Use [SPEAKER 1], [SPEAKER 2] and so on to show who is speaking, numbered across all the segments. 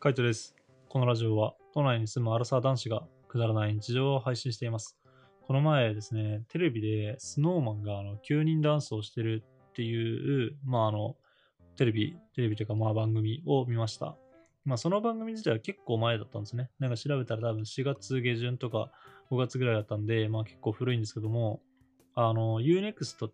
[SPEAKER 1] カイトです。このラジオは都内に住むアラサー男子がくだらない日常を配信しています。この前ですね、テレビでスノーマンが9人ダンスをしてるっていう、テレビというか番組を見ました。その番組自体は結構前だったんですね。なんか調べたら多分4月下旬とか5月ぐらいだったんで、結構古いんですけども、Unext って、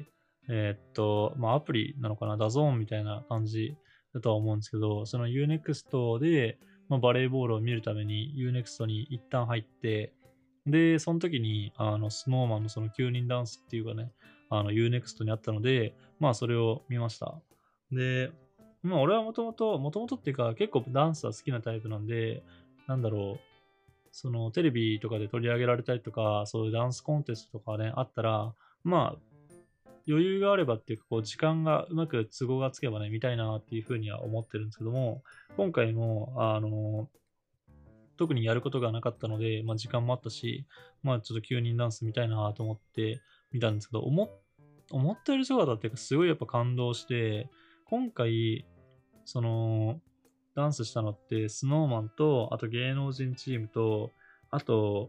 [SPEAKER 1] アプリなのかな、ダゾーンみたいな感じだとは思うんですけど、その Unext で、バレーボールを見るために Unext に一旦入って、で、その時に、スノーマンのその9人ダンスっていうかね、Unext にあったので、それを見ました。で、俺はもともとっていうか、結構ダンスは好きなタイプなんで、なんだろう、そのテレビとかで取り上げられたりとか、そういうダンスコンテストとかね、あったら、余裕があればっていうか、時間がうまく都合がつけばね、見たいなっていうふうには思ってるんですけども、今回も、特にやることがなかったので、時間もあったし、ちょっと9人ダンス見たいなと思って見たんですけど、思ったよりすごかったっていうか、すごいやっぱ感動して、今回、その、ダンスしたのって、スノーマンと、あと芸能人チームと、あと、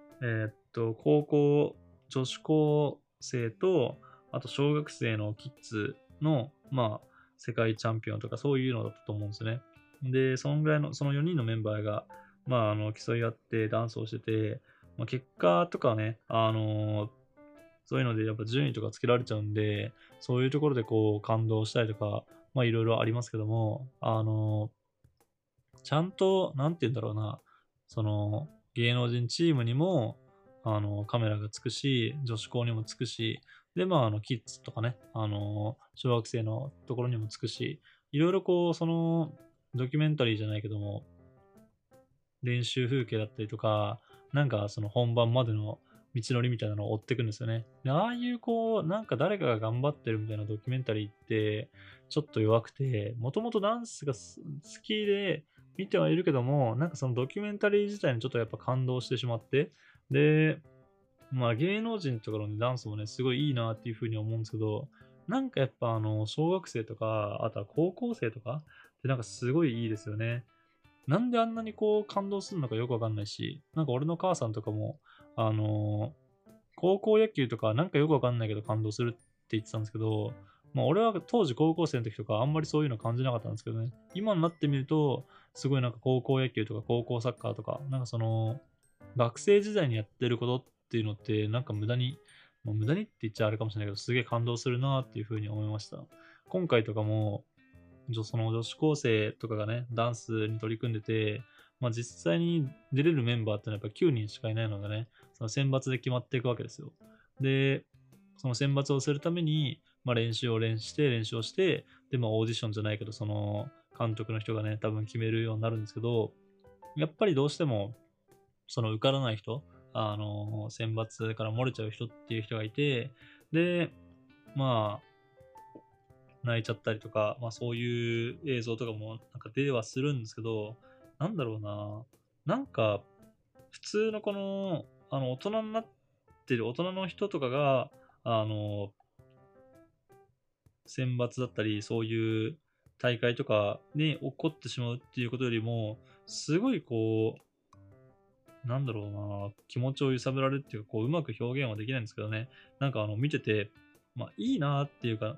[SPEAKER 1] 女子高生と、あと小学生のキッズの、世界チャンピオンとかそういうのだったと思うんですね。で、そのぐらいの、その4人のメンバーが、競い合ってダンスをしてて、結果とかね、そういうのでやっぱ順位とかつけられちゃうんで、そういうところで感動したりとか、いろいろありますけども、ちゃんと、なんて言うんだろうな、その、芸能人チームにも、カメラがつくし、女子校にもつくし、で、キッズとかね、小学生のところにもつくし、いろいろドキュメンタリーじゃないけども、練習風景だったりとか、なんかその本番までの道のりみたいなのを追っていくんですよね。で、ああいうなんか誰かが頑張ってるみたいなドキュメンタリーって、ちょっと弱くて、もともとダンスが好きで見てはいるけども、なんかそのドキュメンタリー自体にちょっとやっぱ感動してしまって、で、芸能人とかの、ダンスもね、すごいいいなっていうふうに思うんですけど、なんかやっぱ小学生とか、あとは高校生とかってなんかすごいいいですよね。なんであんなに感動するのかよくわかんないし、なんか俺の母さんとかも、あのー高校野球とかなんかよくわかんないけど感動するって言ってたんですけど、俺は当時高校生の時とかあんまりそういうの感じなかったんですけどね、今になってみると、すごいなんか高校野球とか高校サッカーとか、なんか学生時代にやってることっていうのって、なんか無駄にって言っちゃあれかもしれないけど、すげえ感動するなっていうふうに思いました。今回とかも、その女子高生とかがね、ダンスに取り組んでて、実際に出れるメンバーってのはやっぱ9人しかいないのでね、その選抜で決まっていくわけですよ。で、その選抜をするために、練習をして、で、オーディションじゃないけど、その監督の人がね、多分決めるようになるんですけど、やっぱりどうしても、その受からない人、選抜から漏れちゃう人っていう人がいて、で、まあ、泣いちゃったりとか、そういう映像とかもなんか出はするんですけど、なんだろうな、なんか、普通の大人になってる大人の人とかが、あの、選抜だったり、そういう大会とかに起こってしまうっていうことよりも、すごいなんだろうな、気持ちを揺さぶられるっていうか、うまく表現はできないんですけどね、なんか見てて、いいなっていうか、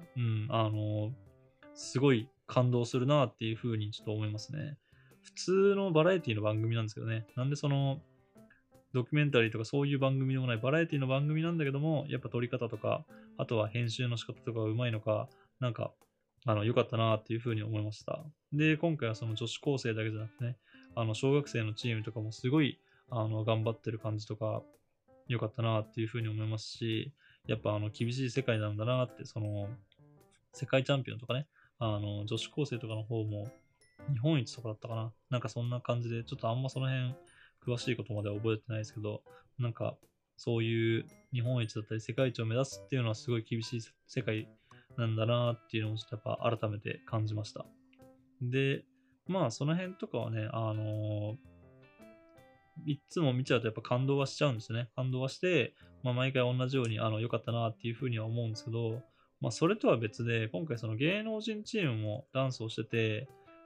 [SPEAKER 1] すごい感動するなっていう風にちょっと思いますね。普通のバラエティの番組なんですけどね。なんでドキュメンタリーとかそういう番組でもないバラエティの番組なんだけども、やっぱ撮り方とか、あとは編集の仕方とかがうまいのか、なんか、良かったなっていう風に思いました。で、今回はその女子高生だけじゃなくてね、小学生のチームとかもすごい、頑張ってる感じとか、良かったなっていう風に思いますし、やっぱ厳しい世界なんだなって、世界チャンピオンとかね、女子高生とかの方も、日本一とかだったかな。なんかそんな感じで、ちょっとあんまその辺、詳しいことまでは覚えてないですけど、なんか、そういう日本一だったり世界一を目指すっていうのはすごい厳しい世界なんだなっていうのをちょっとやっぱ改めて感じました。で、その辺とかはね、いつも見ちゃうとやっぱ感動はしちゃうんですよね。感動はして、毎回同じように、良かったなっていうふうには思うんですけど、それとは別で、今回その芸能人チームもダンスをしてて、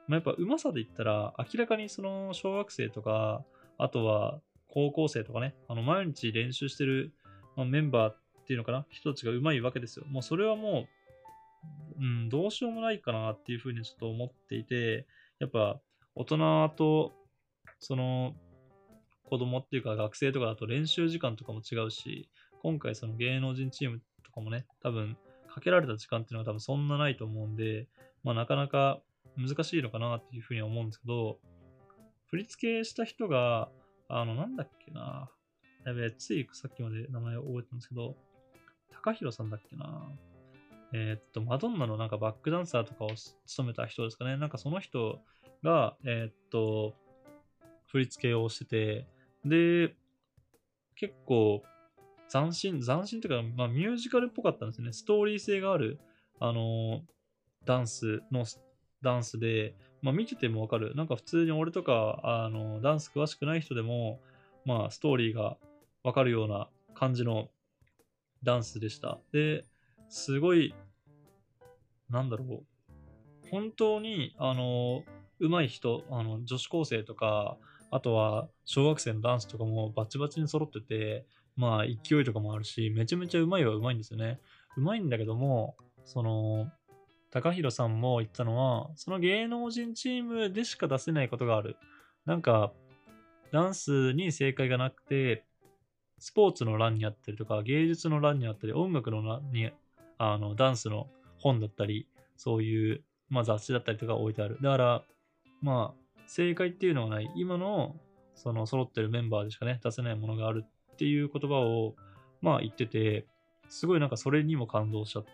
[SPEAKER 1] やっぱ上手さで言ったら、明らかにその小学生とか、あとは高校生とかね、毎日練習してる、メンバーっていうのかな、人たちが上手いわけですよ。もうそれはもう、どうしようもないかなっていうふうにちょっと思っていて、やっぱ大人と、その子供っていうか学生とかだと練習時間とかも違うし、今回その芸能人チームとかもね、多分かけられた時間っていうのが多分そんなないと思うんで、なかなか難しいのかなっていうふうには思うんですけど、振り付けした人が、なんだっけな。やべえ、ついさっきまで名前を覚えてたんですけど、高弘さんだっけな。マドンナのなんかバックダンサーとかを務めた人ですかね。なんかその人が、振り付けをしてて、で、結構斬新というか、ミュージカルっぽかったんですよね。ストーリー性がある、あのーダンスの、ダンスで、見ててもわかる。なんか普通に俺とか、ダンス詳しくない人でも、ストーリーがわかるような感じのダンスでした。で、すごい、なんだろう。本当に、上手い人、女子高生とか、あとは小学生のダンスとかもバチバチに揃ってて、勢いとかもあるし、めちゃめちゃ上手いは上手いんですよね。上手いんだけども、高弘さんも言ったのは、その芸能人チームでしか出せないことがある。なんか、ダンスに正解がなくて、スポーツの欄にあったりとか、芸術の欄にあったり、音楽の欄に、ダンスの本だったり、そういう、雑誌だったりとか置いてある。だから、正解っていうのはない。今の、揃ってるメンバーでしかね、出せないものがあるっていう言葉を、言ってて、すごいなんかそれにも感動しちゃって、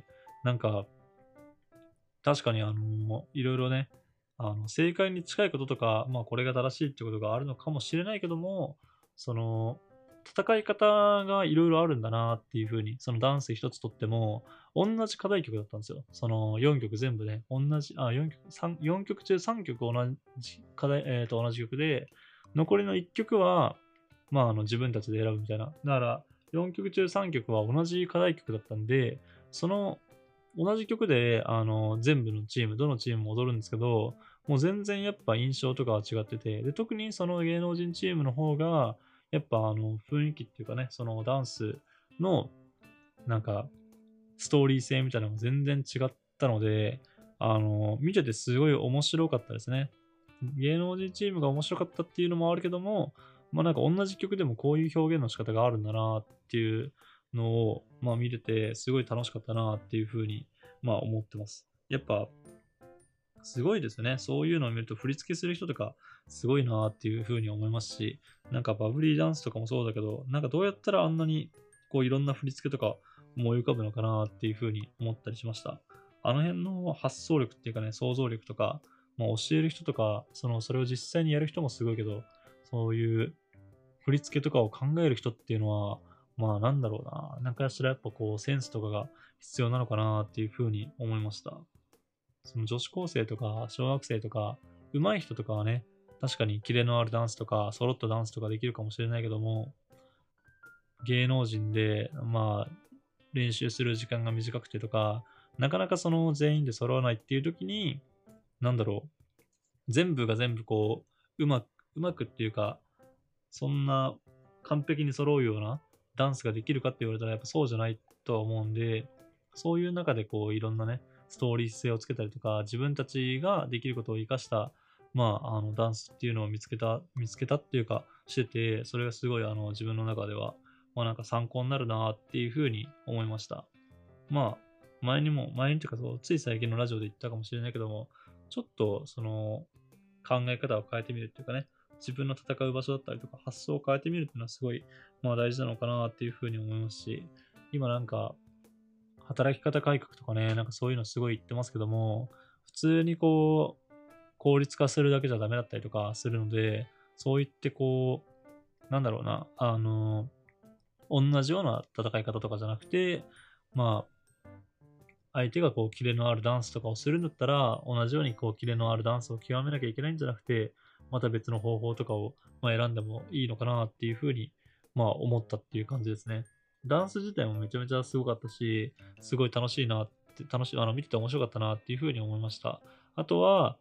[SPEAKER 1] なんか、確かにいろいろね、正解に近いこととか、これが正しいってことがあるのかもしれないけども、その、戦い方がいろいろあるんだなっていうふうに、そのダンス一つとっても、同じ課題曲だったんですよ。その4曲全部ね、4曲中3曲同じ課題、同じ曲で、残りの1曲は、自分たちで選ぶみたいな。だから、4曲中3曲は同じ課題曲だったんで、その同じ曲で、全部のチーム、どのチームも踊るんですけど、もう全然やっぱ印象とかは違ってて、で、特にその芸能人チームの方が、やっぱ雰囲気っていうかね、そのダンスの、なんか、ストーリー性みたいなのが全然違ったので、見ててすごい面白かったですね。芸能人チームが面白かったっていうのもあるけども、なんか同じ曲でもこういう表現の仕方があるんだなっていうのを、見ててすごい楽しかったなっていうふうに、思ってます。やっぱ、すごいですよね。そういうのを見ると振り付けする人とかすごいなっていうふうに思いますし、なんかバブリーダンスとかもそうだけど、なんかどうやったらあんなにこういろんな振り付けとか思い浮かぶのかなっていうふうに思ったりしました。あの辺の発想力っていうかね、想像力とか、教える人とか、それを実際にやる人もすごいけど、そういう振り付けとかを考える人っていうのは、なんだろうな、なんかしらやっぱこうセンスとかが必要なのかなっていうふうに思いました。その女子高生とか小学生とか、上手い人とかはね、確かにキレのあるダンスとか、揃ったダンスとかできるかもしれないけども、芸能人で、練習する時間が短くてとか、なかなかその全員で揃わないっていう時に、なんだろ全部が全部こうまくっていうか、そんな完璧に揃うようなダンスができるかって言われたらやっぱそうじゃないとは思うんで、そういう中でこういろんなね、ストーリー性をつけたりとか、自分たちができることを活かした、ダンスっていうのを見つけたっていうか、してて、それがすごい自分の中では、なんか参考になるなっていうふうに思いました。前にというかそう、つい最近のラジオで言ったかもしれないけども、ちょっと考え方を変えてみるっていうかね、自分の戦う場所だったりとか発想を変えてみるっていうのはすごい、大事なのかなっていうふうに思いますし、今なんか、働き方改革とかね、なんかそういうのすごい言ってますけども、普通にこう、効率化するだけじゃダメだったりとかするので、そう言ってこう、なんだろうな、同じような戦い方とかじゃなくて、ま相手がこう、キレのあるダンスとかをするんだったら、同じようにこう、キレのあるダンスを極めなきゃいけないんじゃなくて、また別の方法とかを、選んでもいいのかなっていうふうに、思ったっていう感じですね。ダンス自体もめちゃめちゃすごかったし、すごい楽しいなって、見てて面白かったなっていうふうに思いました。あとは、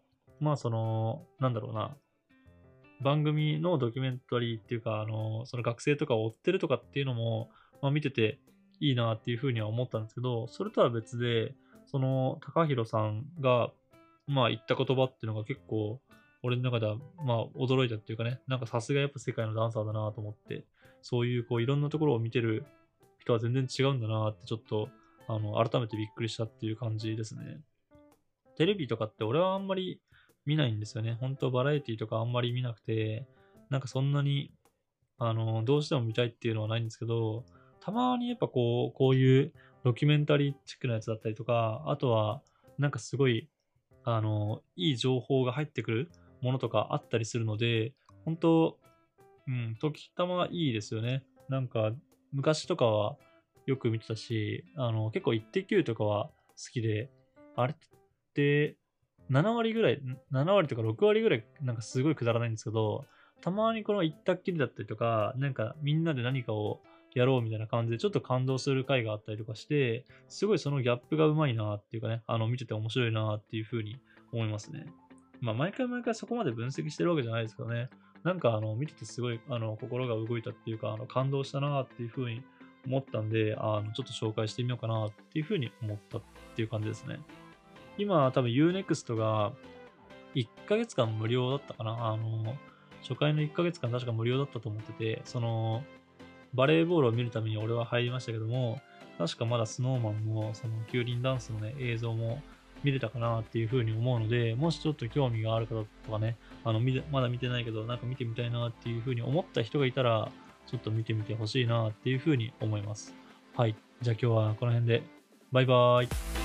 [SPEAKER 1] まあなんだろうな、番組のドキュメンタリーっていうか、その学生とかを追ってるとかっていうのも、まあ、見てていいなっていうふうには思ったんですけど、それとは別で、高弘さんが、まあ、言った言葉っていうのが結構、俺の中では、まあ、驚いたっていうかね、なんかさすがやっぱ世界のダンサーだなと思って、そういう、いろんなところを見てる人は全然違うんだなって、ちょっと、改めてびっくりしたっていう感じですね。テレビとかって俺はあんまり見ないんですよね。本当バラエティとかあんまり見なくて、なんかそんなに、どうしても見たいっていうのはないんですけど、たまにやっぱこういうドキュメンタリーチックなやつだったりとか、あとは、なんかすごい、いい情報が入ってくるものとかあったりするので、本当、時たまいいですよね。なんか、昔とかはよく見てたし、結構イッテ Q とかは好きで、あれって7割ぐらい、7割とか6割ぐらい、なんかすごいくだらないんですけど、たまにこの行ったっきりだったりとか、なんかみんなで何かをやろうみたいな感じで、ちょっと感動する回があったりとかして、すごいそのギャップがうまいなっていうかね、見てて面白いなっていうふうに思いますね。まあ、毎回毎回そこまで分析してるわけじゃないですけどね、なんか見ててすごい心が動いたっていうか、感動したなっていうふうに思ったんで、ちょっと紹介してみようかなっていうふうに思ったっていう感じですね。今、多分 Unext が1ヶ月間無料だったかな。初回の1ヶ月間確か無料だったと思ってて、バレーボールを見るために俺は入りましたけども、確かまだ SnowMan も、9輪ダンスのね、映像も見れたかなっていうふうに思うので、もしちょっと興味がある方とかね、まだ見てないけど、なんか見てみたいなっていうふうに思った人がいたら、ちょっと見てみてほしいなっていうふうに思います。はい。じゃあ今日はこの辺で、バイバーイ。